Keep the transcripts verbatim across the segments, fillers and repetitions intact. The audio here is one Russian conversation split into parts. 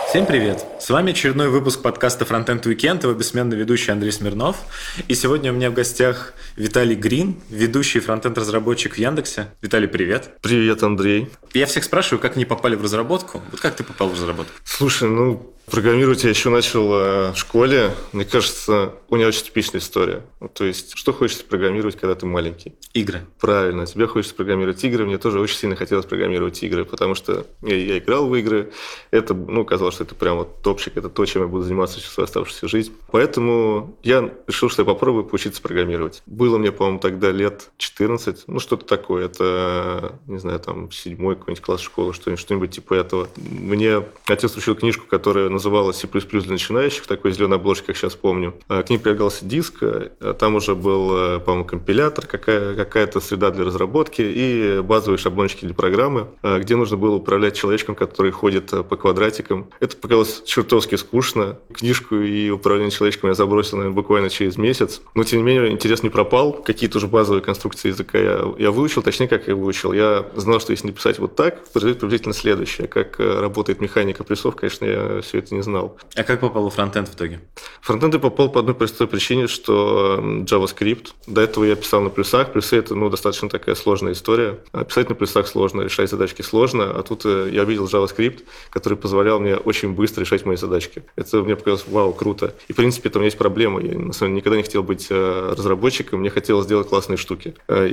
Всем привет! С вами очередной выпуск подкаста Frontend Weekend, его бессменный ведущий Андрей Смирнов. И сегодня у меня в гостях Виталий Грин, ведущий фронтенд-разработчик в Яндексе. Виталий, привет! Привет, Андрей! Я всех спрашиваю, как они попали в разработку. Вот как ты попал в разработку? Слушай, ну, программировать я еще начал в школе. Мне кажется, у меня очень типичная история. То есть, что хочется программировать, когда ты маленький? Игры. Правильно, тебе хочется программировать игры. Мне тоже очень сильно хотелось программировать игры, потому что я, я играл в игры. Это, ну, казалось, что это прям вот топчик, это то, чем я буду заниматься всю свою оставшуюся жизнь. Поэтому я решил, что я попробую поучиться программировать. Было мне, по-моему, тогда лет четырнадцать, ну, что-то такое. Это, не знаю, там, седьмой какой-нибудь класс школы, что-нибудь, что-нибудь типа этого. Мне отец учил книжку, которая называлась C++ для начинающих, такой зеленой обложки, как сейчас помню. К ней прилагался диск, там уже был, по-моему, компилятор, какая- какая-то среда для разработки и базовые шаблончики для программы, где нужно было управлять человечком, который ходит по квадратикам. Это показалось чертовски скучно. Книжку и управление человечком я забросил, наверное, буквально через месяц. Но, тем не менее, интерес не пропал. Какие-то уже базовые конструкции языка я, я выучил, точнее, как я выучил. Я знал, что если написать вот так, произойдет приблизительно следующее. Как работает механика плюсов, конечно, я все это не знал. А как попал в фронтенд в итоге? В фронтенд я попал по одной простой причине, что JavaScript. До этого я писал на плюсах. Плюсы — это, ну, достаточно такая сложная история. Писать на плюсах сложно, решать задачки сложно. А тут я увидел JavaScript, который позволял мне очень быстро решать мои задачки. Это мне показалось, вау, круто. И, в принципе, там есть проблема. Я, на самом деле, никогда не хотел быть разработчиком. Мне хотелось делать классные штуки.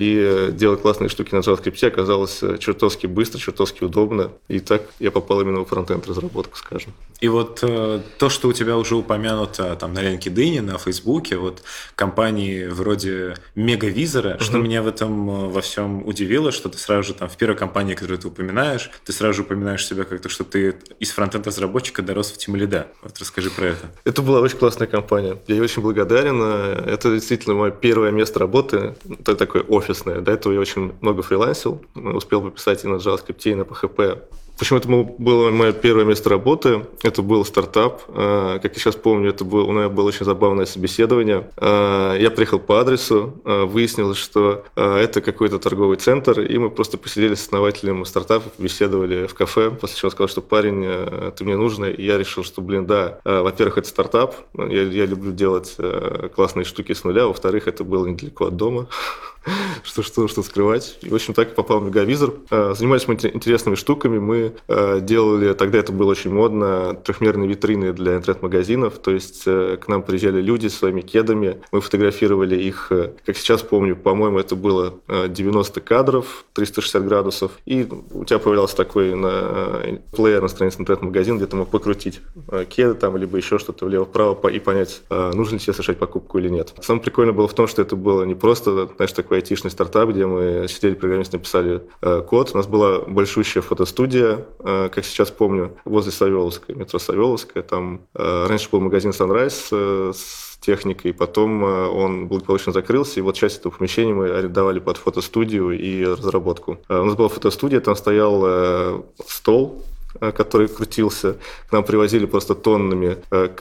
И делать классные штуки на JavaScript оказалось чертовски быстро, чертовски удобно. И так я попал именно в фронтенд-разработку, скажем. И вот э, то, что у тебя уже упомянуто там на LinkedIn, на Фейсбуке, вот компании вроде Мегавизора, uh-huh. что меня в этом э, во всем удивило, что ты сразу же там в первой компании, которую ты упоминаешь, ты сразу же упоминаешь себя как-то, что ты из фронтенд-разработчика дорос в тимлида. Вот расскажи про это. Это была очень классная компания. Я ей очень благодарен. Это действительно мое первое место работы, это такое офисное. До этого я очень много фрилансил, успел пописать и на JavaScript, и на пи эйч пи. Почему это было мое первое место работы? Это был стартап. Как я сейчас помню, это было, у меня было очень забавное собеседование. Я приехал по адресу, выяснилось, что это какой-то торговый центр, и мы просто посидели с основателем стартапа, беседовали в кафе, после чего он сказал, что парень, ты мне нужен, и я решил, что, блин, да, во-первых, это стартап, я, я люблю делать классные штуки с нуля, во-вторых, это было недалеко от дома. Что, что, что скрывать. И, в общем, так и попал в Мегавизор. Занимались мы интересными штуками. Мы делали, тогда это было очень модно, трехмерные витрины для интернет-магазинов. То есть к нам приезжали люди со своими кедами. Мы фотографировали их, как сейчас помню, по-моему, это было девяносто кадров, триста шестьдесят градусов. И у тебя появлялся такой на плеер на странице интернет-магазина, где ты мог покрутить кеды там, либо еще что-то влево-вправо и понять, нужно ли тебе совершать покупку или нет. Самое прикольное было в том, что это было не просто, знаешь, такой айтишный стартап, где мы сидели, программисты, написали э, код. У нас была большущая фотостудия, э, как сейчас помню, возле Савеловской, метро Савеловская. Там э, раньше был магазин Sunrise э, с техникой, потом э, он благополучно закрылся, и вот часть этого помещения мы арендовали под фотостудию и разработку. Э, у нас была фотостудия, там стоял э, стол, который крутился. К нам привозили просто тоннами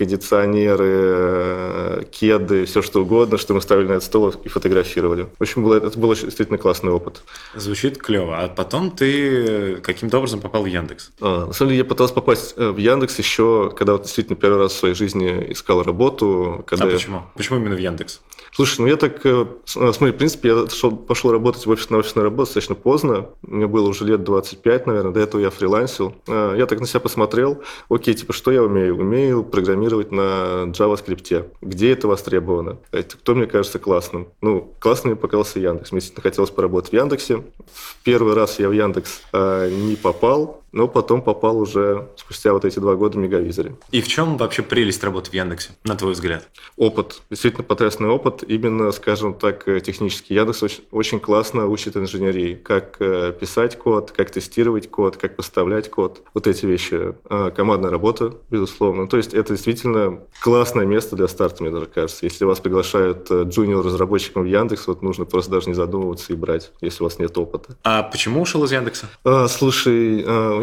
кондиционеры, кеды, все что угодно, что мы ставили на этот стол и фотографировали. В общем, было, это был действительно классный опыт. Звучит клево. А потом ты каким-то образом попал в Яндекс? А, на самом деле, я пытался попасть в Яндекс еще, когда вот действительно первый раз в своей жизни искал работу. Когда а я... почему? Почему именно в Яндекс? Слушай, ну я так, смотри, в принципе, я шел, пошел работать в офис на офисную работу достаточно поздно. Мне было уже лет двадцать пять, наверное, до этого я фрилансил. Я так на себя посмотрел, окей, типа, что я умею? Умею программировать на JavaScript. Где это востребовано? Это кто мне кажется классным? Ну, классным мне показался Яндекс. Мне действительно хотелось поработать в Яндексе. В первый раз я в Яндекс не попал, но потом попал уже спустя вот эти два года в Мегавизоре. И в чем вообще прелесть работы в Яндексе, на твой взгляд? Опыт. Действительно потрясный опыт. Именно, скажем так, технический. Яндекс очень, очень классно учит инженерии. Как писать код, как тестировать код, как поставлять код. Вот эти вещи. Командная работа, безусловно. То есть это действительно классное место для старта, мне даже кажется. Если вас приглашают джуниор-разработчиком в Яндекс, вот нужно просто даже не задумываться и брать, если у вас нет опыта. А почему ушел из Яндекса? А, слушай, у меня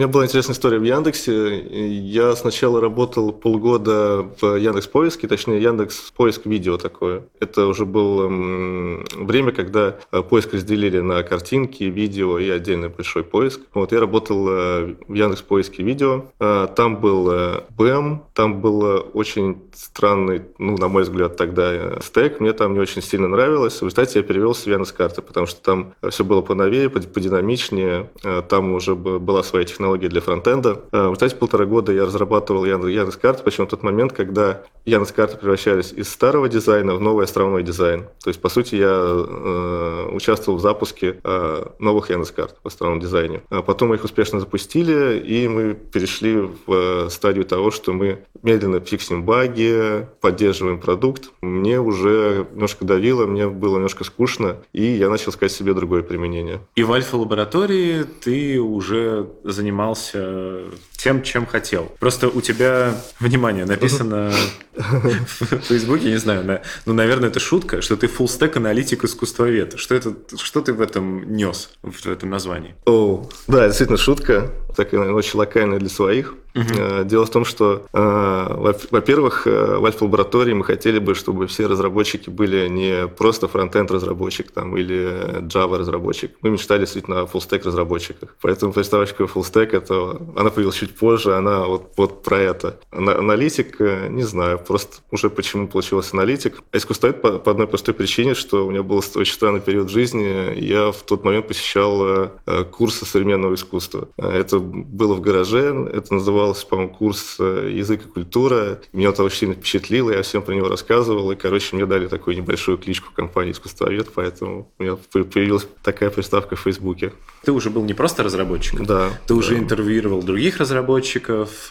меня была интересная история в Яндексе. Я сначала работал полгода в Яндекс.Поиске, точнее, Яндекс.Поиск видео такое. Это уже было время, когда поиск разделили на картинки, видео и отдельный большой поиск. Вот я работал в Яндекс.Поиске видео. Там был БЭМ, там был очень странный, ну, на мой взгляд, тогда стек. Мне там не очень сильно нравилось. В результате я перевелся в Яндекс.Карты, потому что там все было поновее, подинамичнее. Там уже была своя технология для фронтенда. В результате полтора года я разрабатывал Яндекс.Карты, причем в тот момент, когда Яндекс.Карты превращались из старого дизайна в новый островной дизайн. То есть, по сути, я э, участвовал в запуске э, новых Яндекс.Карт в островном дизайне. А потом мы их успешно запустили, и мы перешли в стадию того, что мы медленно фиксим баги, поддерживаем продукт. Мне уже немножко давило, мне было немножко скучно, и я начал искать себе другое применение. И в альфа-лаборатории ты уже занимался тем, чем хотел. Просто у тебя, внимание, написано в Фейсбуке, не знаю, ну, наверное, это шутка, что ты фуллстек аналитик искусствовед. Что это, что ты в этом нес, в этом названии? О, да, действительно шутка, такая очень локальная для своих. Uh-huh. Дело в том, что, во-первых, в альфа-лаборатории мы хотели бы, чтобы все разработчики были не просто фронтенд-разработчик там, или Java-разработчик. Мы мечтали действительно о фуллстек-разработчиках. Поэтому приставочка фуллстек, это, она появилась чуть позже, она вот, вот про это. Аналитик, не знаю, просто уже почему получилось аналитик. А искусствовед по, по одной простой причине, что у меня был очень странный период в жизни. Я в тот момент посещал курсы современного искусства. Это было в гараже, это называлось по-моему, курс «Язык и культура». Меня это очень сильно впечатлило, я всем про него рассказывал. И, короче, мне дали такую небольшую кличку в компании «Искусствовед», поэтому у меня появилась такая приставка в Фейсбуке. Ты уже был не просто разработчиком, да, ты да. уже интервьюировал других разработчиков,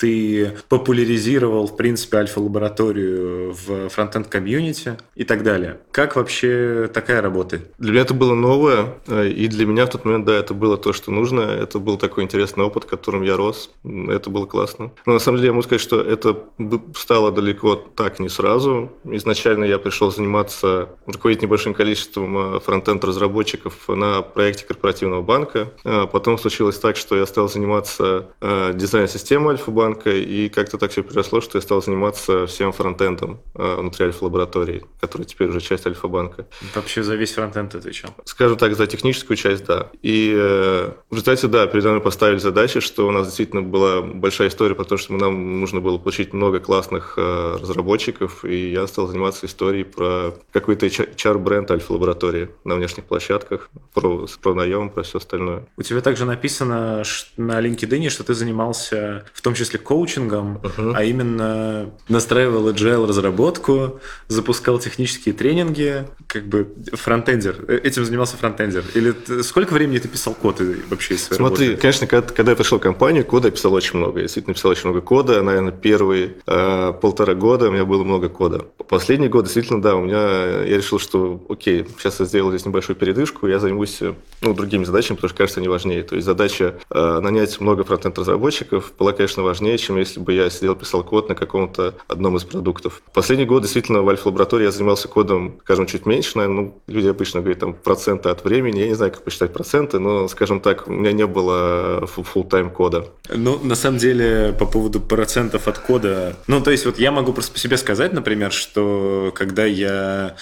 ты популяризировал, в принципе, альфа-лабораторию в фронтенд-комьюнити и так далее. Как вообще такая работа? Для меня это было новое, и для меня в тот момент, да, это было то, что нужно. Это был такой интересный опыт, которым я рос. Это было классно. Но на самом деле я могу сказать, что это стало далеко так не сразу. Изначально я пришел заниматься, руководить небольшим количеством фронтенд-разработчиков на проекте корпоративного банка. Потом случилось так, что я стал заниматься дизайн-системой Альфа-банка, и как-то так все переросло, что я стал заниматься всем фронтендом внутри Альфа-лаборатории, которая теперь уже часть Альфа-банка. Вообще за весь фронтенд отвечал? Скажем так, за техническую часть, да. И в результате, да, передо мной поставили задачи, что у нас действительно была большая история про то, что нам нужно было получить много классных э, разработчиков, и я стал заниматься историей про какой-то эйч ар-бренд Альфа-лаборатории на внешних площадках, про, про наем, про все остальное. У тебя также написано на LinkedIn, что ты занимался в том числе коучингом, uh-huh. а именно настраивал эйджайл-разработку, запускал технические тренинги, как бы фронтендер. Этим занимался фронтендер. Или ты, сколько времени ты писал код вообще из своей Смотри, работы? конечно, когда, когда я пришел в компанию, кода я писал очень много. Я действительно писал очень много кода. Наверное, первые э, полтора года у меня было много кода. Последний год, действительно, да, у меня я решил, что окей, сейчас я сделал здесь небольшую передышку, я займусь ну, другими задачами, потому что, кажется, они важнее. То есть задача э, нанять много фронтенд-разработчиков была, конечно, важнее, чем если бы я сидел, писал код на каком-то одном из продуктов. Последний год, действительно, в Альфа-лаборатории я занимался кодом, скажем, чуть меньше, наверное, ну, люди обычно говорят, там, проценты от времени. Я не знаю, как посчитать проценты, но, скажем так, у меня не было фулл-тайм кода. Ну, на самом деле, по поводу процентов от кода... Ну, то есть, вот я могу просто по себе сказать, например, что когда я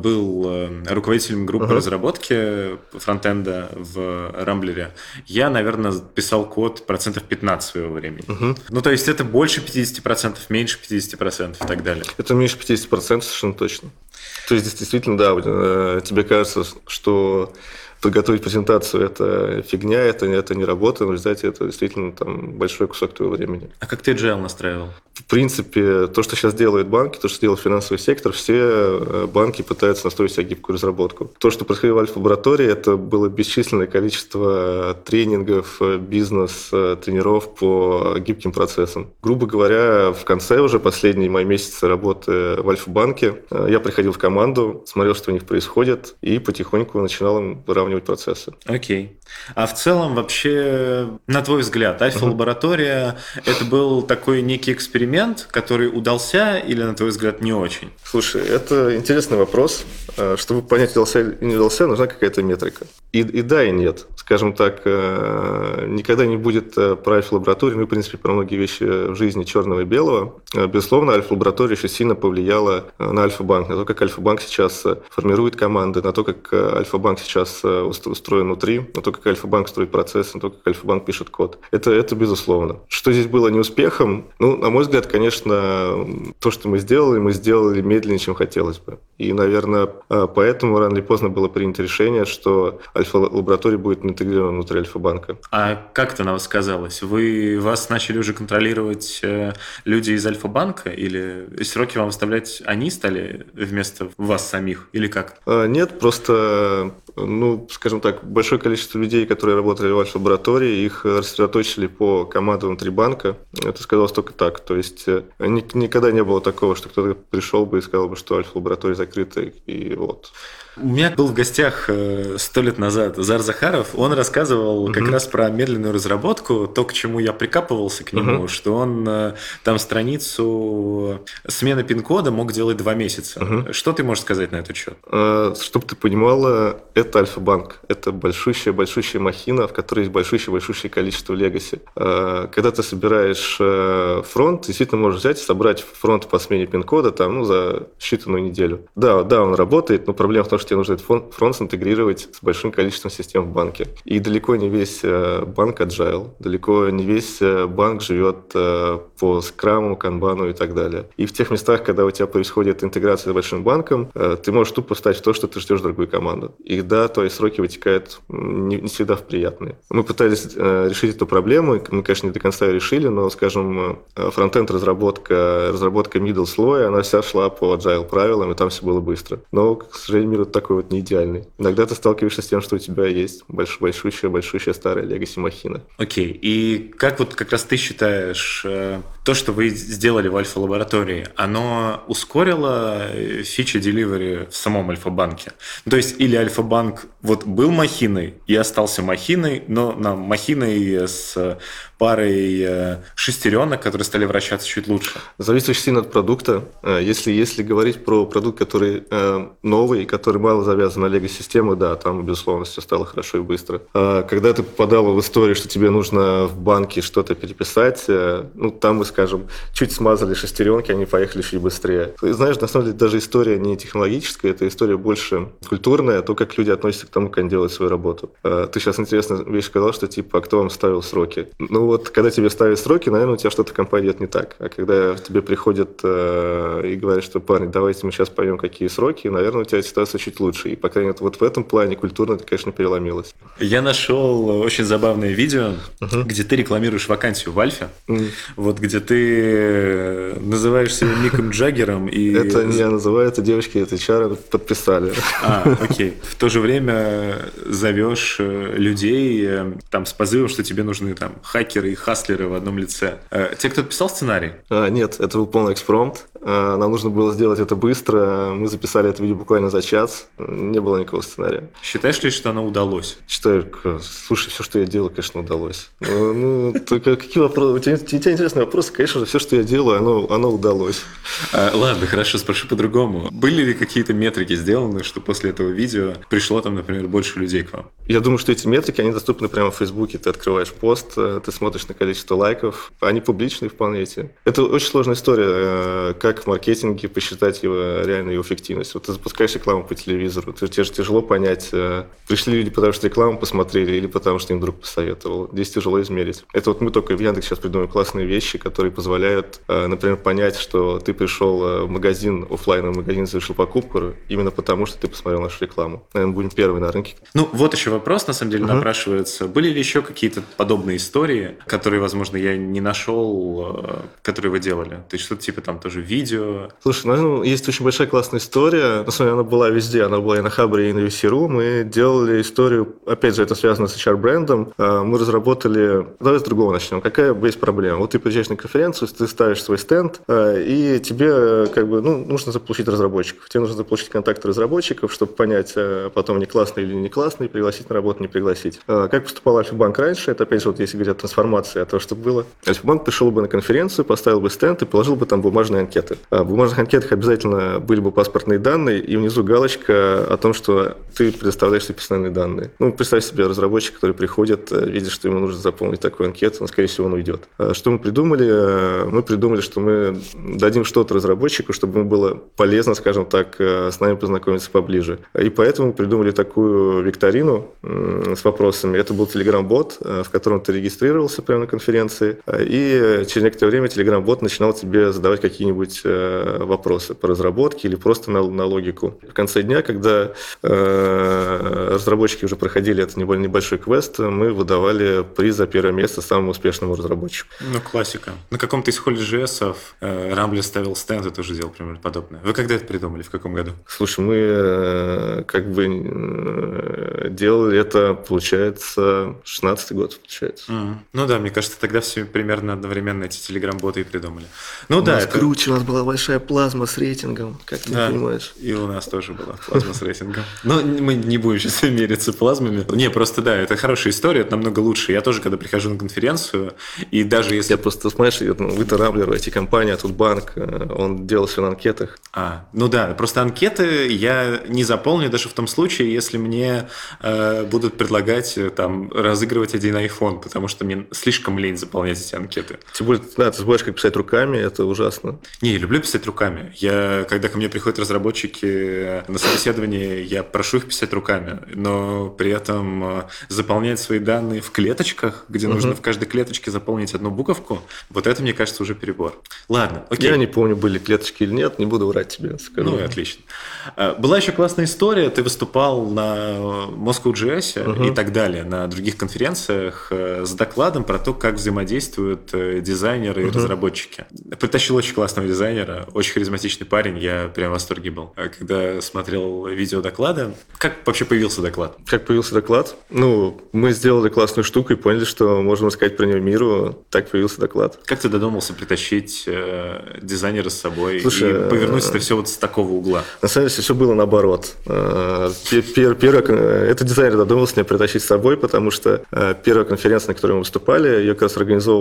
был руководителем группы uh-huh. разработки фронтенда в Рамблере, я, наверное, писал код процентов пятнадцать своего времени. Uh-huh. Ну, то есть, это больше пятьдесят процентов, меньше пятьдесят процентов и так далее. Это меньше пятьдесят процентов совершенно точно. То есть, действительно, да, тебе кажется, что подготовить презентацию – это фигня, это, это не работа, но в результате это действительно там, большой кусок твоего времени. А как ты agile настраивал? В принципе, то, что сейчас делают банки, то, что делает финансовый сектор, все банки пытаются настроить себе гибкую разработку. То, что происходило в Альфа-лаборатории, это было бесчисленное количество тренингов, бизнес-тренеров по гибким процессам. Грубо говоря, в конце уже последние мои месяцы работы в Альфа-банке я приходил в команду, смотрел, что у них происходит, и потихоньку начинал им выравнивать сравнивать процессы. Окей. А в целом вообще, на твой взгляд, Альфа-лаборатория uh-huh. это был такой некий эксперимент, который удался или, на твой взгляд, не очень? Слушай, это интересный вопрос. Чтобы понять, удался или не удался, нужна какая-то метрика. И, и да, и нет. Скажем так, никогда не будет про Альфа-лабораторию, ну и, в принципе, про многие вещи в жизни черного и белого. Безусловно, Альфа-лаборатория еще сильно повлияла на Альфа-банк, на то, как Альфа-банк сейчас формирует команды, на то, как Альфа-банк сейчас устроен внутри, на то, как Альфа-банк строит процессы, на то, как Альфа-банк пишет код. Это, это безусловно. Что здесь было неуспехом? Ну, на мой взгляд, конечно, то, что мы сделали, мы сделали медленнее, чем хотелось бы. И, наверное, поэтому рано или поздно было принято решение, что Альфа-лаборатория будет интегрирована внутри Альфа-банка. А как это на вас сказалось? Вы, вас начали уже контролировать люди из Альфа-банка? Или сроки вам выставлять они стали вместо вас самих? Или как? Нет, просто, ну, скажем так, большое количество людей, которые работали в Альфа-лаборатории, их рассредоточили по командам внутри банка. Это сказалось только так. То есть никогда не было такого, что кто-то пришел бы и сказал бы, что Альфа-лаборатория закрыта, и вот. У меня был в гостях сто лет назад Зар Захаров, он рассказывал uh-huh. как раз про медленную разработку, то, к чему я прикапывался к нему, uh-huh. что он там страницу смены пин-кода мог делать два месяца. Uh-huh. Что ты можешь сказать на этот счет? Uh, чтобы ты понимала, это Альфа-банк, это большущая-большущая махина, в которой есть большущее-большущее количество легаси. Uh, когда ты собираешь uh, фронт, действительно можешь взять и собрать фронт по смене пин-кода там, ну, за считанную неделю. Да, да, он работает, но проблема в том, что тебе нужно этот фронт интегрировать с большим количеством систем в банке. И далеко не весь банк agile, далеко не весь банк живет по скраму, канбану и так далее. И в тех местах, когда у тебя происходит интеграция с большим банком, ты можешь тупо стать в то, что ты ждешь другую команду. И да, твои сроки вытекают не, не всегда в приятные. Мы пытались решить эту проблему, мы, конечно, не до конца ее решили, но, скажем, фронтенд разработка, разработка middle слоя, она вся шла по agile правилам, и там все было быстро. Но, к сожалению, мир такой вот не идеальный. Иногда ты сталкиваешься с тем, что у тебя есть больш, большущая, большущая старая legacy махина. Окей. Okay. И как вот как раз ты считаешь, то, что вы сделали в Альфа-лаборатории, оно ускорило фичи деливери в самом Альфа-банке? То есть или Альфа-банк вот был махиной и остался махиной, но на махиной с парой шестеренок, которые стали вращаться чуть лучше? Зависит очень сильно от продукта. Если, если говорить про продукт, который новый, который мало завязан на лего-систему, да, там, безусловно, все стало хорошо и быстро. Когда ты попадала в историю, что тебе нужно в банке что-то переписать, ну, там мы, скажем, чуть смазали шестеренки, они поехали чуть быстрее. И, знаешь, на самом деле даже история не технологическая, это история больше культурная, то, как люди относятся к тому, как они делают свою работу. Ты сейчас интересную вещь сказал, что типа, а кто вам ставил сроки? Ну вот, когда тебе ставят сроки, наверное, у тебя что-то в компании идет не так. А когда тебе приходят э, и говорят, что, парни, давайте мы сейчас поймем, какие сроки, наверное, у тебя ситуация чуть лучше. И, по крайней мере, вот в этом плане культурно это, конечно, переломилось. Я нашел очень забавное видео, uh-huh. где ты рекламируешь вакансию в Альфе, uh-huh. вот где ты называешь себя Миком Джаггером. И... Это не я называю, это девочки, это эйч ар подписали. А, окей. В то же время зовешь людей там, с позывом, что тебе нужны там хакеры и хаслеры в одном лице. Тебе кто-то писал сценарий? А, нет, это был полный экспромт. Нам нужно было сделать это быстро. Мы записали это видео буквально за час. Не было никакого сценария. Считаешь ли, что оно удалось? Считаю, слушай, все, что я делаю, конечно, удалось. Ну, только какие вопросы? У тебя, у тебя интересные вопросы, конечно же, все, что я делаю, оно, оно удалось. А, ладно, хорошо, спрошу по-другому. Были ли какие-то метрики сделаны, что после этого видео пришло там, например, больше людей к вам? Я думаю, что эти метрики, они доступны прямо в Фейсбуке. Ты открываешь пост, ты смотришь на количество лайков. Они публичные вполне эти. Это очень сложная история, как в маркетинге посчитать его, реально его эффективность. Вот ты запускаешь рекламу по телевизору, тебе же тяжело понять, пришли люди потому, что рекламу посмотрели или потому, что им друг посоветовал. Здесь тяжело измерить. Это вот мы только в Яндексе сейчас придумаем классные вещи, которые позволяют, например, понять, что ты пришел в магазин, офлайновый магазин, совершил покупку именно потому, что ты посмотрел нашу рекламу. Наверное, будем первые на рынке. Ну, вот еще вопрос, на самом деле, uh-huh. напрашивается. Были ли еще какие-то подобные истории, которые, возможно, я не нашел, которые вы делали? То есть что-то типа там тоже видео? Слушай, ну, есть очень большая классная история. На самом деле, она была везде. везде. Она была и на Хабре, и на ви си точка ру. Мы делали историю, опять же, это связано с эйч ар-брендом. Мы разработали... Давай с другого начнем. Какая есть проблема? Вот ты приезжаешь на конференцию, ты ставишь свой стенд, и тебе как бы, ну, нужно заполучить разработчиков. Тебе нужно заполучить контакты разработчиков, чтобы понять, потом они классные или не классные, пригласить на работу, не пригласить. Как поступал Альфа-банк раньше? Это, опять же, вот если говорить о трансформации, о том, что было. Альфа-банк пришел бы на конференцию, поставил бы стенд и положил бы там бумажные анкеты. В бумажных анкетах обязательно были бы паспортные данные, и внизу галочка о том, что ты предоставляешь свои персональные данные. Ну, представь себе разработчик, который приходит, видит, что ему нужно заполнить такую анкету, но, скорее всего, он уйдет. Что мы придумали? Мы придумали, что мы дадим что-то разработчику, чтобы ему было полезно, скажем так, с нами познакомиться поближе. И поэтому мы придумали такую викторину с вопросами. Это был Telegram-бот, в котором ты регистрировался прямо на конференции, и через некоторое время Telegram-бот начинал тебе задавать какие-нибудь вопросы по разработке или просто на, на логику. В конце дня, когда э, разработчики уже проходили этот небольшой квест, мы выдавали приз за первое место самому успешному разработчику. Ну, классика. На каком-то из Holy.js э, Рамблер ставил стенд и тоже делал примерно подобное. Вы когда это придумали? В каком году? Слушай, мы э, как бы э, делали это, получается, шестнадцатый год, получается. Mm. Ну да, мне кажется, тогда все примерно одновременно эти телеграм-боты и придумали. Ну у да, нас это... круче, у нас была большая плазма с рейтингом, как ты да, понимаешь. И у нас тоже была плазма с рейтингом. Но мы не будем сейчас мериться плазмами. Не, просто да, это хорошая история, это намного лучше. Я тоже, когда прихожу на конференцию, и даже если... Я просто, знаешь, вы-то Рамблер, ай ти-компания, а тут банк, он делал все на анкетах. А, ну да, просто анкеты я не заполню даже в том случае, если мне э, будут предлагать там разыгрывать один iPhone, потому что мне слишком лень заполнять эти анкеты. Тем более, да, ты забываешь, как писать руками, это ужасно. Не, я люблю писать руками. Я, когда ко мне приходят разработчики на собеседование, я прошу их писать руками, но при этом заполнять свои данные в клеточках, где uh-huh. нужно в каждой клеточке заполнить одну буковку, вот это, мне кажется, уже перебор. Ладно, окей. Я не помню, были клеточки или нет, не буду врать тебе. Скажу. Ну, отлично. Была еще классная история. Ты выступал на Moscow.js uh-huh. и так далее, на других конференциях с докладом про то, как взаимодействуют дизайнеры и uh-huh. разработчики. Притащил очень классного дизайнера, очень харизматичный парень, я прям в восторге был, когда смотрел видео доклада. Как вообще появился доклад? Как появился доклад? Ну, мы сделали классную штуку и поняли, что можем рассказать про нее миру. Так появился доклад. Как ты додумался притащить э, дизайнера с собой? Слушай, и повернуть это все вот с такого угла? На самом деле все было наоборот. Первый, этот дизайнер додумался меня притащить с собой, потому что первая конференция, на которой мы выступали, ее как раз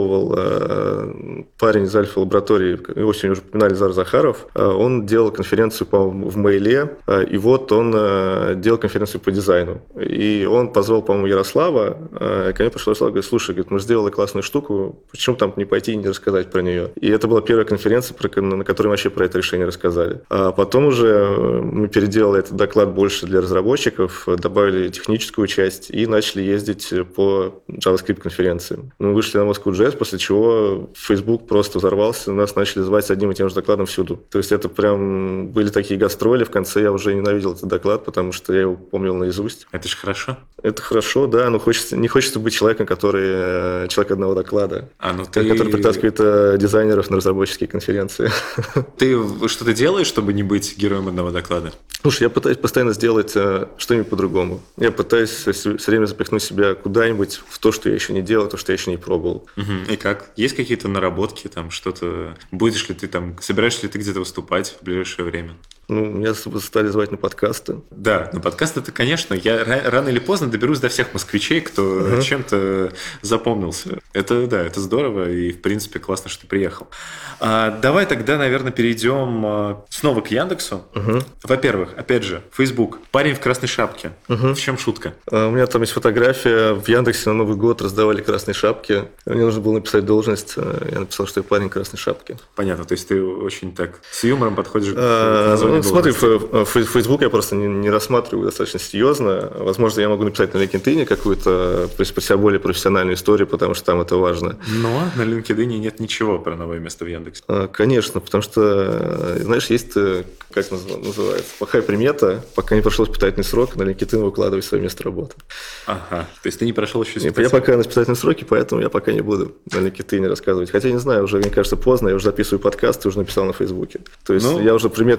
организовывал парень из Альфа-лаборатории, его сегодня уже упоминали, Зар Захаров. Он делал конференцию, по-моему, в Мейле, и вот он делал конференцию по дизайну. И он позвал, по-моему, Ярослава, и ко мне пришел Ярослав, говорит, слушай, говорит, мы сделали классную штуку, почему там не пойти и не рассказать про нее? И это была первая конференция, на которой мы вообще про это решение рассказали. А потом уже мы переделали этот доклад больше для разработчиков, добавили техническую часть и начали ездить по JavaScript-конференциям. Мы вышли на Moscow.js, после чего Facebook просто взорвался, нас начали звать с одним и тем же докладом всюду. То есть это прям были такие гастроли, в конце я уже ненавидел этот доклад, потому что я его помнил наизусть. Это же хорошо. Это хорошо, да, но хочется, не хочется быть человеком, который человек одного доклада, а, ну ты... который притаскивает дизайнеров на разработческие конференции. Ты что-то делаешь, чтобы не быть героем одного доклада? Слушай, я пытаюсь постоянно сделать что-нибудь по-другому. Я пытаюсь все время запихнуть себя куда-нибудь в то, что я еще не делал, то, что я еще не пробовал. Угу. И как? Есть какие-то наработки, там что-то? Будешь ли ты там, собираешься ли ты где-то выступать в ближайшее время? Ну, меня стали звать на подкасты. Да, на подкасты это, конечно, я рано или поздно доберусь до всех москвичей, кто uh-huh. чем-то запомнился. Это, да, это здорово, и, в принципе, классно, что ты приехал. А, давай тогда, наверное, перейдем снова к Яндексу. Uh-huh. Во-первых, опять же, Facebook. Парень в красной шапке. Uh-huh. В чем шутка? Uh, у меня там есть фотография. В Яндексе на Новый год раздавали красные шапки. Мне нужно было написать должность. Я написал, что я парень в красной шапке. Понятно, то есть ты очень так с юмором подходишь к uh, Ну, смотри, Facebook я просто не, не рассматриваю достаточно серьезно. Возможно, я могу написать на LinkedIn какую-то про себя более профессиональную историю, потому что там это важно. Но на LinkedIn нет ничего про новое место в Яндексе. Конечно, потому что, знаешь, есть, как называется, плохая примета, пока не прошел испытательный срок, на LinkedIn выкладывай свое место работы. Ага, то есть ты не прошел еще испытательный? Я пока на испытательном сроке, поэтому я пока не буду на LinkedIn рассказывать. Хотя, не знаю, уже, мне кажется, поздно, я уже записываю подкаст и уже написал на Фейсбуке. То есть ну, я уже приметы уже не соблюдаю.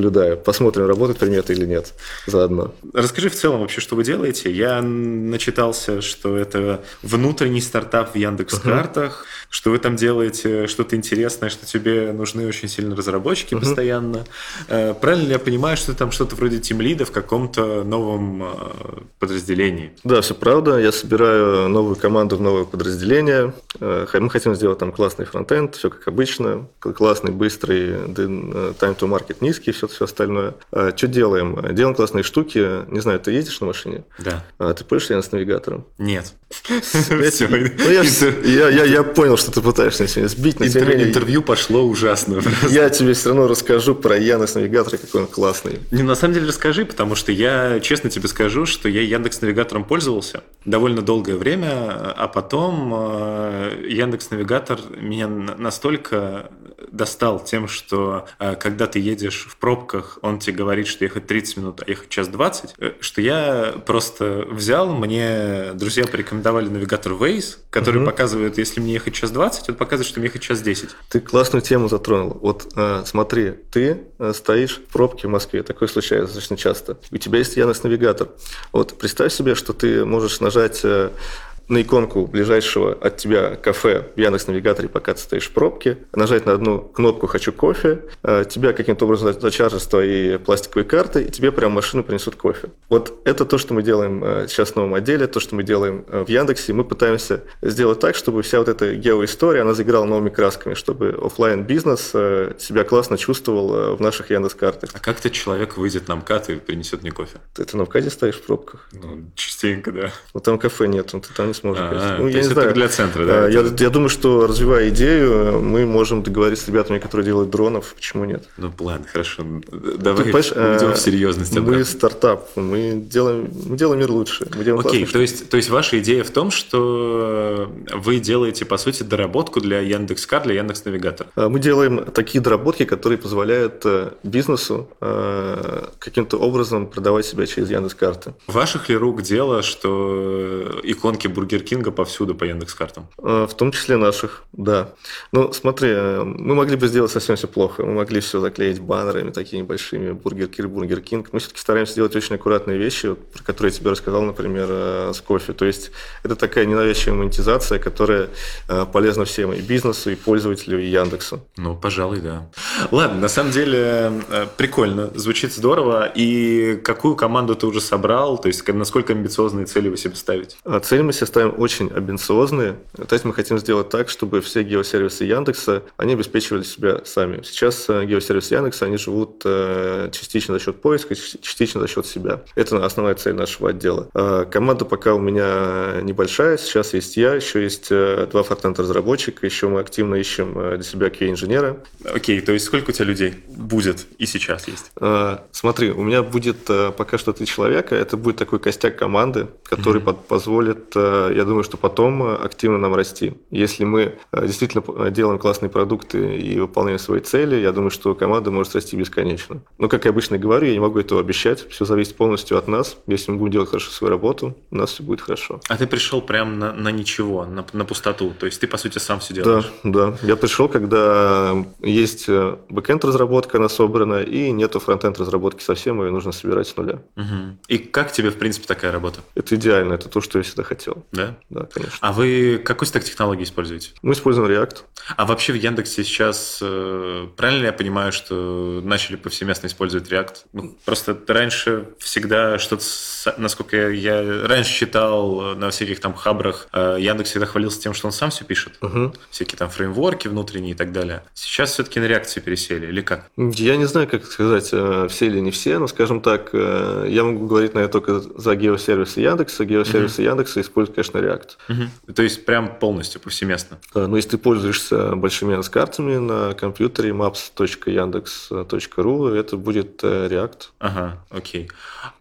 понаблюдаю. Посмотрим, работает примета или нет заодно. Расскажи в целом вообще, что вы делаете. Я начитался, что это внутренний стартап в Яндекс.Картах, uh-huh. что вы там делаете что-то интересное, что тебе нужны очень сильно разработчики uh-huh. постоянно. Правильно ли я понимаю, что ты там что-то вроде тимлида в каком-то новом подразделении? Да, все правда. Я собираю новую команду в новое подразделение. Мы хотим сделать там классный фронтенд, все как обычно, классный, быстрый, time to market низкий, все, все остальное. Что делаем? Делаем классные штуки. Не знаю, ты ездишь на машине? Да. А ты пользуешься Яндекс.Навигатором? Нет. Я понял, что ты пытаешься сегодня сбить. Интервью пошло ужасно. Я тебе все равно расскажу про Яндекс.Навигатор, какой он классный. Не, на самом деле расскажи, потому что я честно тебе скажу, что я Яндекс.Навигатором пользовался довольно долгое время, а потом Яндекс.Навигатор меня настолько достал тем, что когда ты едешь в пробках, он тебе говорит, что ехать тридцать минут, а ехать час двадцать, что я просто взял, мне друзья порекомендовали навигатор Waze, который угу. показывает, если мне ехать час двадцать, он показывает, что мне ехать час десять. Ты классную тему затронул. Вот э, смотри, ты э, стоишь в пробке в Москве, такое случается достаточно часто. У тебя есть Яндекс.Навигатор. Вот представь себе, что ты можешь нажать э, на иконку ближайшего от тебя кафе в Яндекс.Навигаторе, пока ты стоишь в пробке, нажать на одну кнопку «Хочу кофе», тебя каким-то образом зачаржат с твоей пластиковой карты, и тебе прямо в машину принесут кофе. Вот это то, что мы делаем сейчас в новом отделе, то, что мы делаем в Яндексе. Мы пытаемся сделать так, чтобы вся вот эта геоистория, она заиграла новыми красками, чтобы офлайн-бизнес себя классно чувствовал в наших Яндекс.Картах. А как-то человек выйдет на МКАД и принесет мне кофе? Ты на МКАДе стоишь в пробках? Ну, частенько, да. Вот там кафе нет, ты там не сможешь. А, ну, я не знаю. Для центра, да? Я, я думаю, что, развивая идею, мы можем договориться с ребятами, которые делают дронов. Почему нет? Ну, ладно, хорошо. Давай уйдем в серьезность. Мы обратно. Стартап, мы делаем, мы делаем мир лучше. Мы делаем Окей, то есть, то есть ваша идея в том, что вы делаете, по сути, доработку для Яндекс.Карт, для Яндекс.Навигатора? Мы делаем такие доработки, которые позволяют бизнесу каким-то образом продавать себя через Яндекс.Карты. Ваших ли рук дело, что иконки Бургер Кинга повсюду по Яндекс.Картам? В том числе наших, да. Ну, смотри, мы могли бы сделать совсем все плохо. Мы могли все заклеить баннерами такими большими, Бургер Кинг, Бургер Кинг. Мы все-таки стараемся делать очень аккуратные вещи, про которые я тебе рассказал, например, с кофе. То есть это такая ненавязчивая монетизация, которая полезна всем, и бизнесу, и пользователю, и Яндексу. Ну, пожалуй, да. Ладно, на самом деле прикольно, звучит здорово. И какую команду ты уже собрал? То есть насколько амбициозные цели вы себе ставите? Цели мы себе ставим очень амбициозные. То есть мы хотим сделать так, чтобы все геосервисы Яндекса, они обеспечивали себя сами. Сейчас геосервисы Яндекса, они живут частично за счет поиска, частично за счет себя. Это основная цель нашего отдела. Команда пока у меня небольшая. Сейчас есть я, еще есть два фронтенд-разработчика, еще мы активно ищем для себя кью эй-инженера. Окей, то есть сколько у тебя людей будет и сейчас есть? Смотри, у меня будет пока что три человека. Это будет такой костяк команды, который mm-hmm. позволит, я думаю, что потом активно нам расти. Если мы действительно делаем классные продукты и выполняем свои цели, я думаю, что команда может расти бесконечно. Но, как я обычно говорю, я не могу этого обещать. Все зависит полностью от нас. Если мы будем делать хорошо свою работу, у нас все будет хорошо. А ты пришел прямо на, на ничего, на, на пустоту? То есть ты, по сути, сам все делаешь? Да, да. Я пришел, когда есть бэкэнд-разработка, она собрана, и нету фронтенд-разработки совсем, ее нужно собирать с нуля. Угу. И как тебе, в принципе, такая работа? Это идеально, это то, что я всегда хотел. Да? Да, конечно. А вы какой стек технологий используете? Мы используем React. А вообще в Яндексе сейчас, правильно ли я понимаю, что начали повсеместно использовать React? Ну, просто раньше всегда что-то, насколько я, я раньше читал на всяких там хабрах, Яндекс всегда хвалился тем, что он сам все пишет. Угу. Всякие там фреймворки внутренние и так далее. Сейчас все-таки на реакции пересели или как? Я не знаю, как сказать, все или не все, но, скажем так, я могу говорить, наверное, только за геосервисы Яндекса. Геосервисы угу. Яндекса используют, конечно, React. Угу. То есть прям полностью, повсеместно? Но если ты пользуешься большими Яндекс.Картами на компьютере maps точка яндекс точка ру, это будет React. Ага, окей.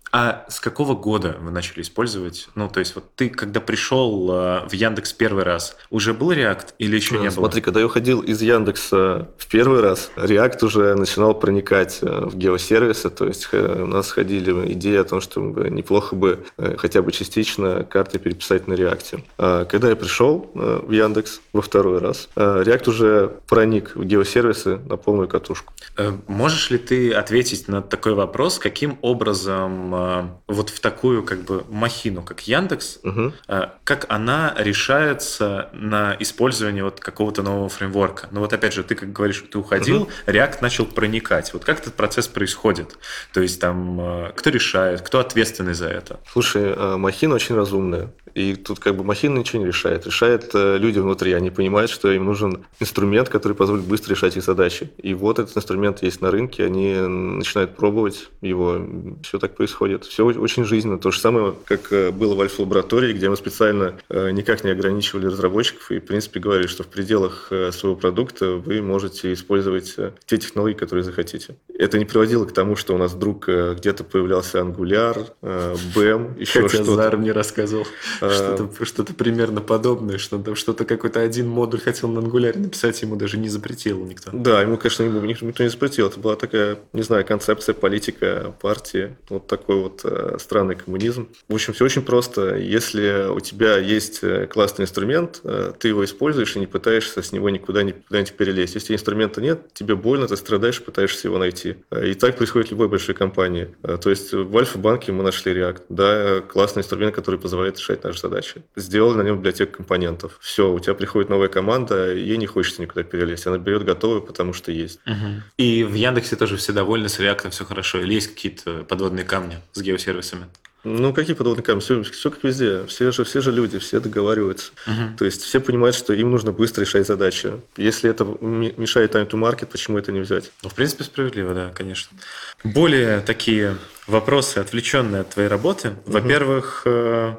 А с какого года вы начали использовать? Ну, то есть, вот ты, когда пришел э, в Яндекс первый раз, уже был React или еще не было? Смотри, когда я уходил из Яндекса в первый раз, React уже начинал проникать в геосервисы, то есть у нас ходили идеи о том, что неплохо бы хотя бы частично карты переписать на React. Когда я пришел в Яндекс во второй раз, React уже проник в геосервисы на полную катушку. Можешь ли ты ответить на такой вопрос, каким образом вот в такую как бы махину, как Яндекс, угу. как она решается на использование вот какого-то нового фреймворка? Ну вот опять же, ты как говоришь, ты уходил, угу. React начал проникать. Вот как этот процесс происходит? То есть там кто решает, кто ответственный за это? Слушай, махина очень разумная. И тут как бы махина ничего не решает. Решает люди внутри. Они понимают, что им нужен инструмент, который позволит быстро решать их задачи. И вот этот инструмент есть на рынке, они начинают пробовать его. Все так происходит. Все очень жизненно. То же самое, как было в Альфа-лаборатории, где мы специально никак не ограничивали разработчиков и, в принципе, говорили, что в пределах своего продукта вы можете использовать те технологии, которые захотите. Это не приводило к тому, что у нас вдруг где-то появлялся Angular, би эй эм, еще Хотя что-то. Зар мне рассказывал что-то, что-то примерно подобное, что там что-то какой-то один модуль хотел на Angular написать, ему даже не запретил никто. Да, ему, конечно, никто не запретил. Это была такая, не знаю, концепция, политика партии. Вот такой вот э, странный коммунизм. В общем, все очень просто. Если у тебя есть классный инструмент, э, ты его используешь и не пытаешься с него никуда не куда-нибудь перелезть. Если инструмента нет, тебе больно, ты страдаешь, пытаешься его найти. И так происходит в любой большой компании. То есть в Альфа-банке мы нашли React. Да, классный инструмент, который позволяет решать наши задачи. Сделали на нем библиотеку компонентов. Все, у тебя приходит новая команда, ей не хочется никуда перелезть. Она берет готовую, потому что есть. Угу. И в Яндексе тоже все довольны, с React все хорошо. Или есть какие-то подводные камни с геосервисами? Ну, какие подводные камни? Все, все как везде. Все же, все же люди, все договариваются. Uh-huh. То есть все понимают, что им нужно быстро решать задачи. Если это мешает time to market, почему это не взять? Ну, в принципе, справедливо, да, конечно. Более такие вопросы, отвлеченные от твоей работы. Uh-huh. Во-первых,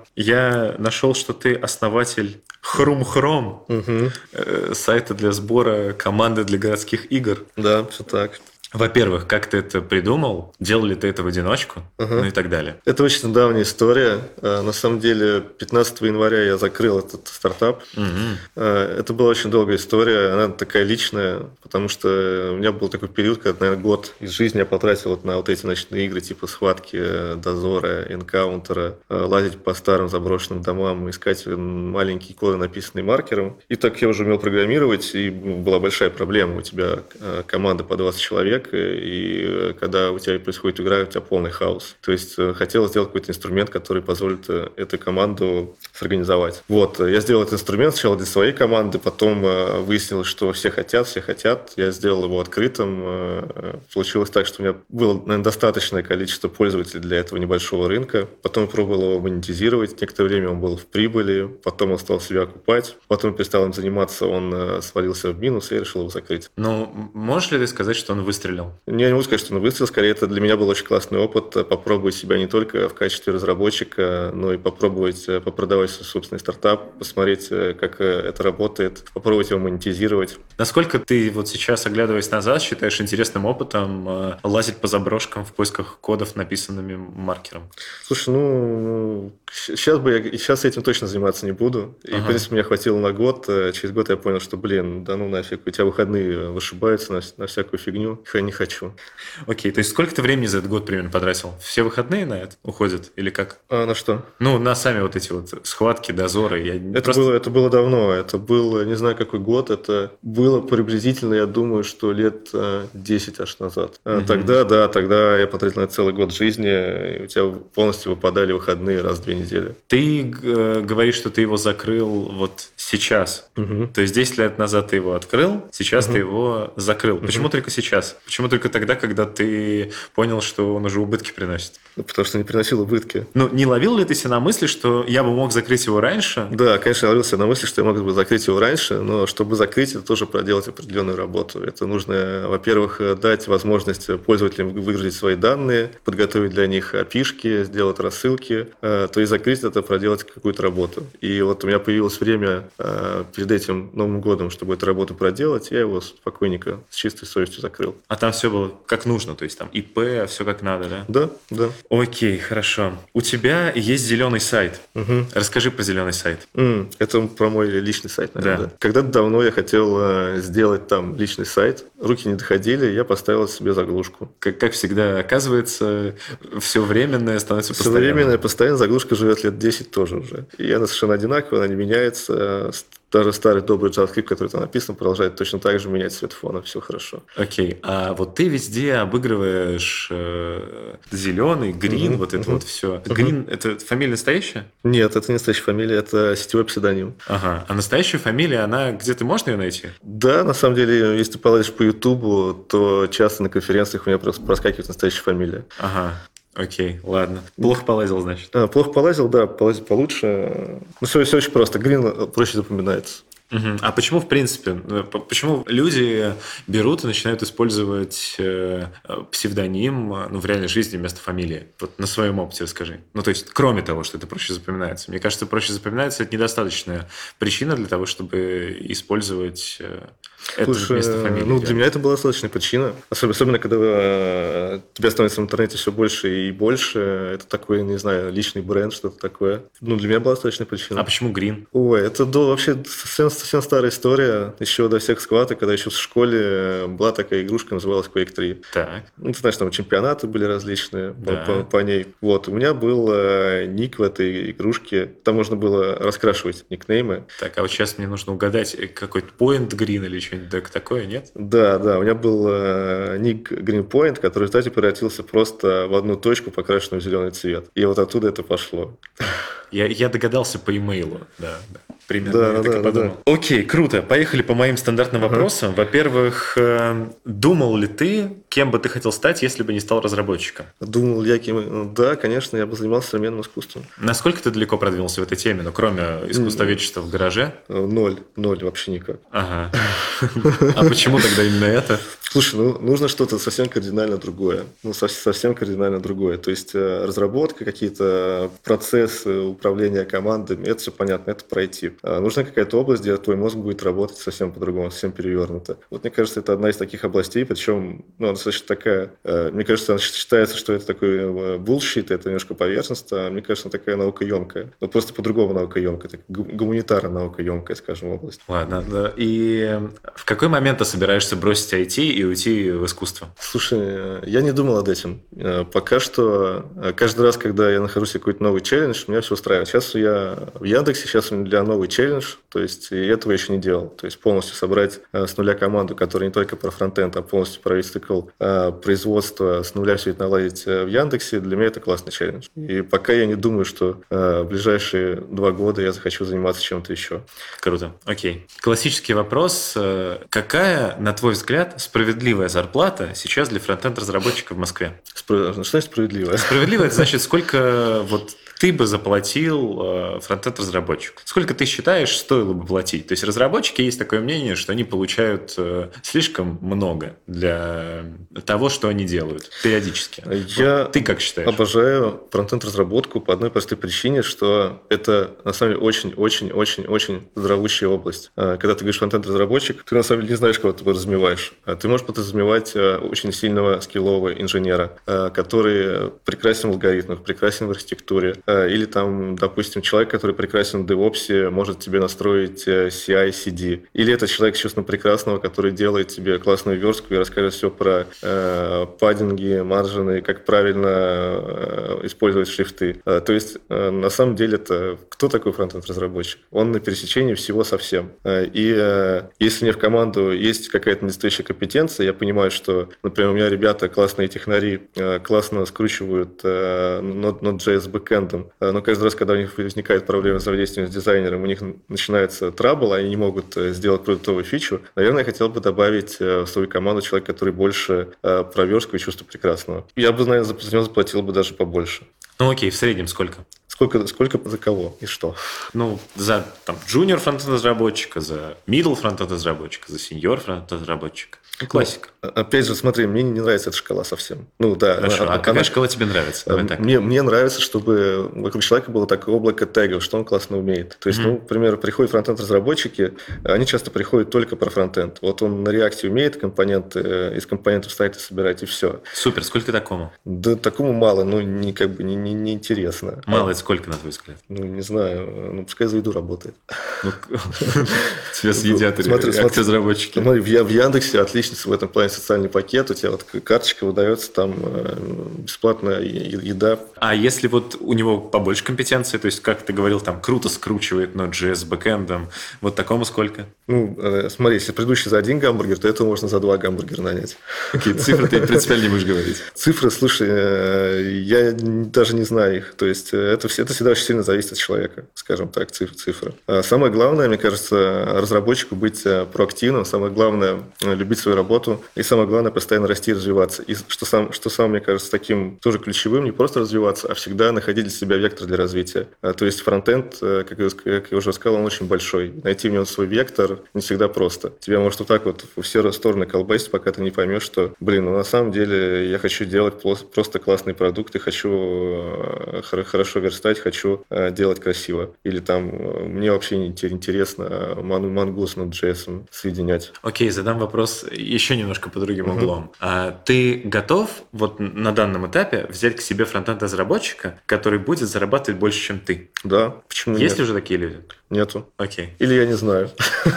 я нашел, что ты основатель Хрум-Хром, uh-huh. сайта для сбора команды для городских игр. Да, все так. Во-первых, как ты это придумал? Делал ли ты это в одиночку? Uh-huh. Ну и так далее. Это очень давняя история. На самом деле, пятнадцатого января я закрыл этот стартап. Uh-huh. Это была очень долгая история. Она такая личная, потому что у меня был такой период, когда, наверное, год из жизни я потратил вот на вот эти ночные игры, типа схватки, дозора, энкаунтера, лазить по старым заброшенным домам, искать маленькие коды, написанные маркером. И так я уже умел программировать, и была большая проблема. У тебя команда по двадцать человек, и когда у тебя происходит игра, у тебя полный хаос. То есть хотел сделать какой-то инструмент, который позволит эту команду сорганизовать. Вот, я сделал этот инструмент сначала для своей команды, потом выяснилось, что все хотят, все хотят. Я сделал его открытым. Получилось так, что у меня было, наверное, достаточное количество пользователей для этого небольшого рынка. Потом я пробовал его монетизировать. Некоторое время он был в прибыли, потом он стал себя окупать. Потом перестал им заниматься, он свалился в минус, и я решил его закрыть. Ну, можешь ли ты сказать, что он выстрелил? Я не могу сказать, что он выстрелил. Скорее, это для меня был очень классный опыт. Попробовать себя не только в качестве разработчика, но и попробовать попродавать свой собственный стартап, посмотреть, как это работает, попробовать его монетизировать. Насколько ты вот сейчас, оглядываясь назад, считаешь интересным опытом лазить по заброшкам в поисках кодов, написанными маркером? Слушай, ну, сейчас бы я сейчас этим точно заниматься не буду. И, ага. в принципе, меня хватило на год. Через год я понял, что, блин, да ну нафиг, у тебя выходные вышибаются на, на всякую фигню. Я не хочу. Окей, то есть сколько ты времени за этот год примерно потратил? Все выходные на это уходят или как? А на что? Ну, на сами вот эти вот схватки, дозоры. Я это, просто... было, это было давно. Это был, не знаю, какой год. Это было приблизительно, я думаю, что лет десять аж назад. Угу. Тогда, да, тогда я потратил на целый год жизни, и у тебя полностью выпадали выходные раз в две недели. Ты э, говоришь, что ты его закрыл вот сейчас. Угу. То есть десять лет назад ты его открыл, сейчас угу. ты его закрыл. Угу. Почему только сейчас? Почему только тогда, когда ты понял, что он уже убытки приносит? Потому что не приносил убытки. Ну, не ловил ли ты себя на мысли, что я бы мог закрыть его раньше? Да, конечно, я ловил себя на мысли, что я мог бы закрыть его раньше, но чтобы закрыть, это тоже проделать определенную работу. Это нужно, во-первых, дать возможность пользователям выгрузить свои данные, подготовить для них эй пи ай-шки, сделать рассылки, то есть закрыть это, проделать какую-то работу. И вот у меня появилось время перед этим Новым годом, чтобы эту работу проделать, я его спокойненько, с чистой совестью закрыл. А там все было как нужно, то есть там ИП, все как надо, да? Да, да. Окей, хорошо. У тебя есть зеленый сайт. Угу. Расскажи про зеленый сайт. Mm, это про мой личный сайт, наверное. Да. Да. Когда-то давно я хотел э, сделать там личный сайт. Руки не доходили, я поставил себе заглушку. Как, как всегда, оказывается, все временное становится Все постоянным. временное, постоянно заглушка живет лет десять тоже уже. И она совершенно одинаковая, она не меняется. Даже старый добрый JavaScript, который там написан, продолжает точно так же менять цвет фона. Все хорошо. Окей. А вот ты везде обыгрываешь э, зеленый, грин, uh-huh, вот это uh-huh. вот все. Грин uh-huh. – это фамилия настоящая? Нет, это не настоящая фамилия, это сетевой псевдоним. Ага. А настоящая фамилия, она где-то можно ее найти? Да, на самом деле, если ты поладишь по Ютубу, то часто на конференциях у меня просто проскакивает настоящая фамилия. Ага. Окей, ладно. Плохо полазил, значит. А, плохо полазил, да, полазил получше. Ну, все, все очень просто. Грин проще запоминается. Угу. А почему, в принципе, почему люди берут и начинают использовать э, псевдоним ну, в реальной жизни вместо фамилии? Вот на своем опыте расскажи. Ну, то есть, кроме того, что это проще запоминается. Мне кажется, проще запоминается – это недостаточная причина для того, чтобы использовать э, это Слушай, вместо фамилии. Ну, для меня это была достаточная причина. Особенно, особенно когда э, тебя становится в интернете все больше и больше. Это такой, не знаю, личный бренд, что-то такое. Ну, для меня была достаточная причина. А почему Green? Ой, это до, вообще совсем, совсем старая история. Еще до всех схваток, когда еще в школе была такая игрушка, называлась Quake три. Так. Ну, ты знаешь, там чемпионаты были различные да. по, по, по ней. Вот, у меня был э, ник в этой игрушке. Там можно было раскрашивать никнеймы. Так, а вот сейчас мне нужно угадать, какой-то Point Green или что-нибудь такое, нет? Да, да, у меня был э, ник Greenpoint, который в результате превратился просто в одну точку, покрашенную в зеленый цвет. И вот оттуда это пошло. Я, я догадался по имейлу, да, да. Примерно да, я так да, и подумал. Да. Окей, круто. Поехали по моим стандартным ага. вопросам. Во-первых, э, думал ли ты, кем бы ты хотел стать, если бы не стал разработчиком? Думал ли я кем? Да, конечно, я бы занимался современным искусством. Насколько ты далеко продвинулся в этой теме, ну, кроме искусствоведчества в гараже? Ноль, ноль, вообще никак. Ага. А почему тогда именно это? Слушай, ну, нужно что-то совсем кардинально другое. Ну, совсем кардинально другое. То есть, разработка, какие-то процессы управления командами, это все понятно, это пройти. А нужна какая-то область, где твой мозг будет работать совсем по-другому, совсем перевернуто. Вот мне кажется, это одна из таких областей, причем, ну, она достаточно такая, мне кажется, она считается, что это такой булшит, это немножко поверхностно, а мне кажется, она такая наукоемкая. Ну, просто по-другому наукоемкая, так, гуманитарно наукоемкая, скажем, область. Ладно, да. И в какой момент ты собираешься бросить ай ти и уйти в искусство? Слушай, я не думал над этим. Пока что, каждый раз, когда я нахожусь в какой-то новый челлендж, меня все устраивает. Сейчас я в Яндексе, сейчас у меня для новый челлендж, то есть и этого еще не делал. То есть полностью собрать с нуля команду, которая не только про фронтенд, а полностью про весь цикл производства, с нуля все это наладить в Яндексе, для меня это классный челлендж. И пока я не думаю, что в ближайшие два года я захочу заниматься чем-то еще. Круто. Окей. Классический вопрос. Какая, на твой взгляд, справедливая зарплата сейчас для фронтенд-разработчика в Москве? Спро... Что значит справедливая? Справедливая – это значит, сколько вот ты бы заплатил э, фронтенд-разработчику? Сколько ты считаешь, стоило бы платить? То есть разработчики, есть такое мнение, что они получают э, слишком много для того, что они делают периодически. Я вот ты как считаешь? Обожаю фронтенд-разработку по одной простой причине, что это на самом деле очень-очень-очень-очень здоровущая область. Когда ты говоришь фронтенд-разработчик, ты на самом деле не знаешь, кого ты подразумеваешь. Ты можешь подразумевать очень сильного скиллового инженера, который прекрасен в алгоритмах, прекрасен в архитектуре. Или там, допустим, человек, который прекрасен в DevOps, может тебе настроить си ай си ди. Или это человек с чувством прекрасного, который делает тебе классную верстку и расскажет все про э, паддинги, маржины, как правильно э, использовать шрифты. Э, то есть, э, на самом деле, это кто такой фронтенд-разработчик? Он на пересечении всего со всем. Э, и э, если мне в команду есть какая-то недостающая компетенция, я понимаю, что, например, у меня ребята классные технари, э, классно скручивают э, Node.js бэкэндом, но каждый раз, когда у них возникает проблема взаимодействия с дизайнером, у них начинается трабл, они не могут сделать продуктовую фичу, наверное, я хотел бы добавить в свою команду человека, который больше про верстку и чувство прекрасного. Я бы, наверное, за него заплатил бы даже побольше. Ну окей, в среднем сколько? Сколько, сколько за кого и что? Ну, за там junior фронтенд-разработчика, за middle фронтенд-разработчика, за senior фронтенд-разработчика. Ну, классика. Ну, опять же, смотри, мне не нравится эта шкала совсем. Ну, да. Хорошо, она, а какая она, шкала тебе нравится? Давай так. Мне, мне нравится, чтобы вокруг человека было такое облако тегов, что он классно умеет. То есть, mm-hmm. ну, к примеру, приходят фронтенд-разработчики, они часто приходят только про фронтенд. Вот он на React умеет компоненты, из компонентов сайта собирать, и все. Супер, сколько такому? Да такому мало, ну, не, как бы, не, не, не интересно. Мало, а, это сколько, на твой взгляд? Ну, не знаю, ну, пускай за еду работает. Тебя съедят React-разработчики. Смотри, в Яндексе отличница в этом плане социальный пакет, у тебя вот карточка выдается, там бесплатная еда. А если вот у него побольше компетенции, то есть, как ты говорил, там круто скручивает Node.js с бэкэндом, вот такому сколько? Ну, смотри, если предыдущий за один гамбургер, то этого можно за два гамбургера нанять. Какие цифры ты принципиально не будешь говорить? Цифры, слушай, я даже не знаю их. То есть, это, это всегда очень сильно зависит от человека, скажем так, цифры. Самое главное, мне кажется, разработчику быть проактивным, самое главное – любить свою работу, и самое главное – постоянно расти и развиваться. И что сам, что сам, мне кажется, таким тоже ключевым, не просто развиваться, а всегда находить для себя вектор для развития. То есть, фронтенд, как я, как я уже сказал, он очень большой. Найти в нем свой вектор не всегда просто. Тебя может вот так вот во все стороны колбасить, пока ты не поймешь, что, блин, ну на самом деле я хочу делать просто классные продукты, хочу хорошо верстать, хочу делать красиво. Или там мне вообще не интересно Mongoose с Node.js соединять. Окей, задам вопрос еще немножко по другим углом. Uh-huh. А ты готов вот на данном этапе взять к себе фронтенд-разработчика, который будет зарабатывать больше, чем ты? Да, почему нет? Есть ли уже такие люди? Нету. Окей. Или я не знаю.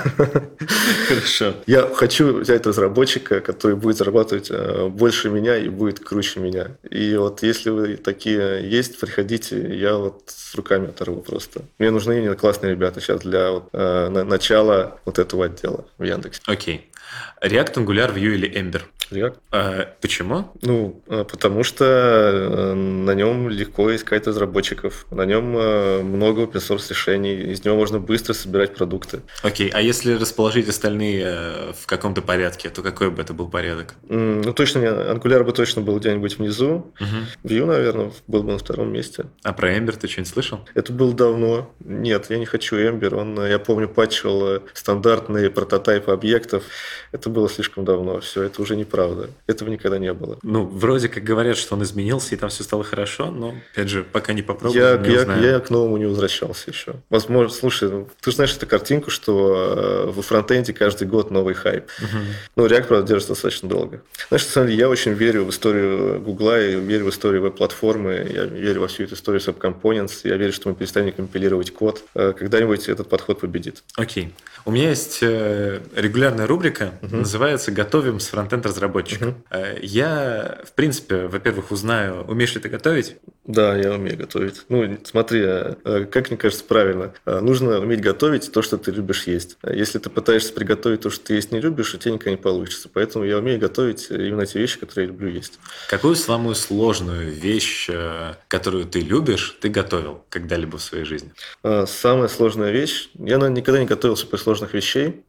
Хорошо. Я хочу взять разработчика, который будет зарабатывать больше меня и будет круче меня. И вот если вы такие есть, приходите, я вот с руками оторву просто. Мне нужны классные ребята сейчас для вот, э, начала вот этого отдела в Яндексе. Окей. React, Angular, Vue или Ember? React. А, почему? Ну, потому что на нем легко искать разработчиков, на нем много open-source решений, из него можно быстро собирать продукты. Окей, а если расположить остальные в каком-то порядке, то какой бы это был порядок? Ну, точно не. Angular бы точно был где-нибудь внизу. Угу. Vue, наверное, был бы на втором месте. А про Ember ты что-нибудь слышал? Это было давно. Нет, я не хочу Ember. Он, я помню, патчил стандартные прототипы объектов. Это было слишком давно. Все, это уже неправда. Этого никогда не было. Ну, вроде как говорят, что он изменился, и там все стало хорошо, но, опять же, пока не попробую, я, не я, узнаю. Я к новому не возвращался еще. Возможно, слушай, ну, ты же знаешь эту картинку, что во фронтенде каждый год новый хайп. Угу. Ну, React, правда, держится достаточно долго. Знаешь, на самом деле, я очень верю в историю Гугла, я верю в историю веб-платформы, я верю во всю эту историю с Web Components, я верю, что мы перестанем компилировать код. Когда-нибудь этот подход победит. Окей. У меня есть регулярная рубрика, угу. называется «Готовим с фронтенд-разработчиком». Угу. Я, в принципе, во-первых, узнаю, умеешь ли ты готовить? Да, я умею готовить. Ну, смотри, как мне кажется правильно, нужно уметь готовить то, что ты любишь есть. Если ты пытаешься приготовить то, что ты есть не любишь, у тебя никогда не получится. Поэтому я умею готовить именно те вещи, которые я люблю есть. Какую самую сложную вещь, которую ты любишь, ты готовил когда-либо в своей жизни? Самая сложная вещь? Я, наверное, никогда не готовил суперсложных вещей.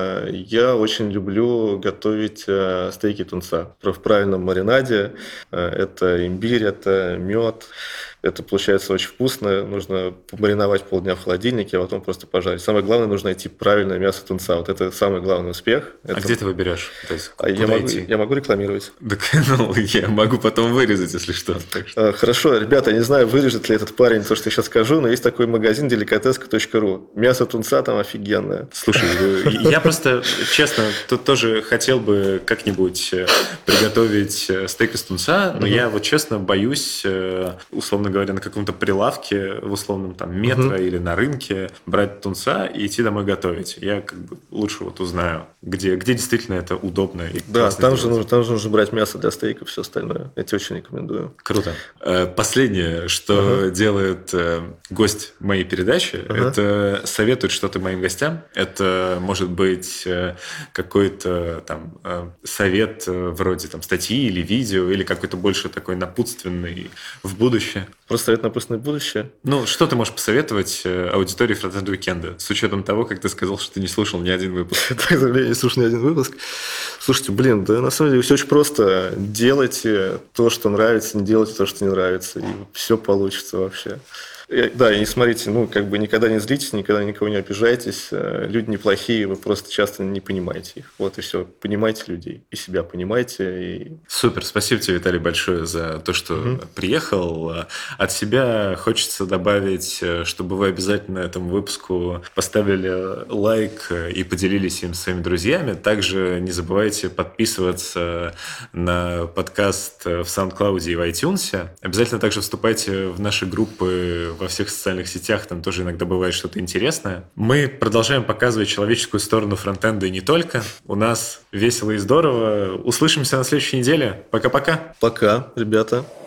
Я очень люблю готовить стейки тунца в правильном маринаде. Это имбирь, это мед. Это получается очень вкусно. Нужно помариновать полдня в холодильнике, а потом просто пожарить. Самое главное, нужно найти правильное мясо тунца. Вот это самый главный успех. А это... где ты выберешь? То есть, а я, могу, я могу рекламировать. Так, ну, я могу потом вырезать, если что. что. Хорошо, ребята, я не знаю, вырежет ли этот парень то, что я сейчас скажу, но есть такой магазин деликатеска точка ру. Мясо тунца там офигенное. Слушай, я просто, честно, тут тоже хотел бы как-нибудь приготовить стейк из тунца, но я вот честно боюсь, условно говоря, на каком-то прилавке в условном там метро uh-huh. или на рынке брать тунца и идти домой готовить. Я как бы лучше вот узнаю, где, где действительно это удобно и да, там же, нужно, там же нужно брать мясо для стейка, все остальное. Я тебе очень рекомендую. Круто. Последнее, что uh-huh. делает гость моей передачи, uh-huh. это советует что-то моим гостям. Это может быть какой-то там совет вроде там статьи или видео, или какой-то больше такой напутственный в будущее. Просто совет напутственное будущее. Ну, что ты можешь посоветовать аудитории Frontend Weekend с учетом того, как ты сказал, что ты не слушал ни один выпуск? Так, я не слушал ни один выпуск. Слушайте, блин, да на самом деле все очень просто. Делайте то, что нравится, не делайте то, что не нравится, и все получится вообще. Я- Да, и смотрите, ну, как бы никогда не злитесь, никогда никого не обижайтесь. Э, Люди неплохие, вы просто часто не понимаете их. Вот и все. Понимайте людей, и себя понимайте. И... Супер, спасибо тебе, Виталий, большое за то, что Мгм. приехал. От себя хочется добавить, э, чтобы вы обязательно этому выпуску поставили лайк э, и поделились им с своими друзьями. Также не забывайте подписываться на подкаст э, в SoundCloud и в iTunes. Обязательно также вступайте в наши группы во всех социальных сетях, там тоже иногда бывает что-то интересное. Мы продолжаем показывать человеческую сторону фронтенда и не только. У нас весело и здорово. Услышимся на следующей неделе. Пока-пока. Пока, ребята.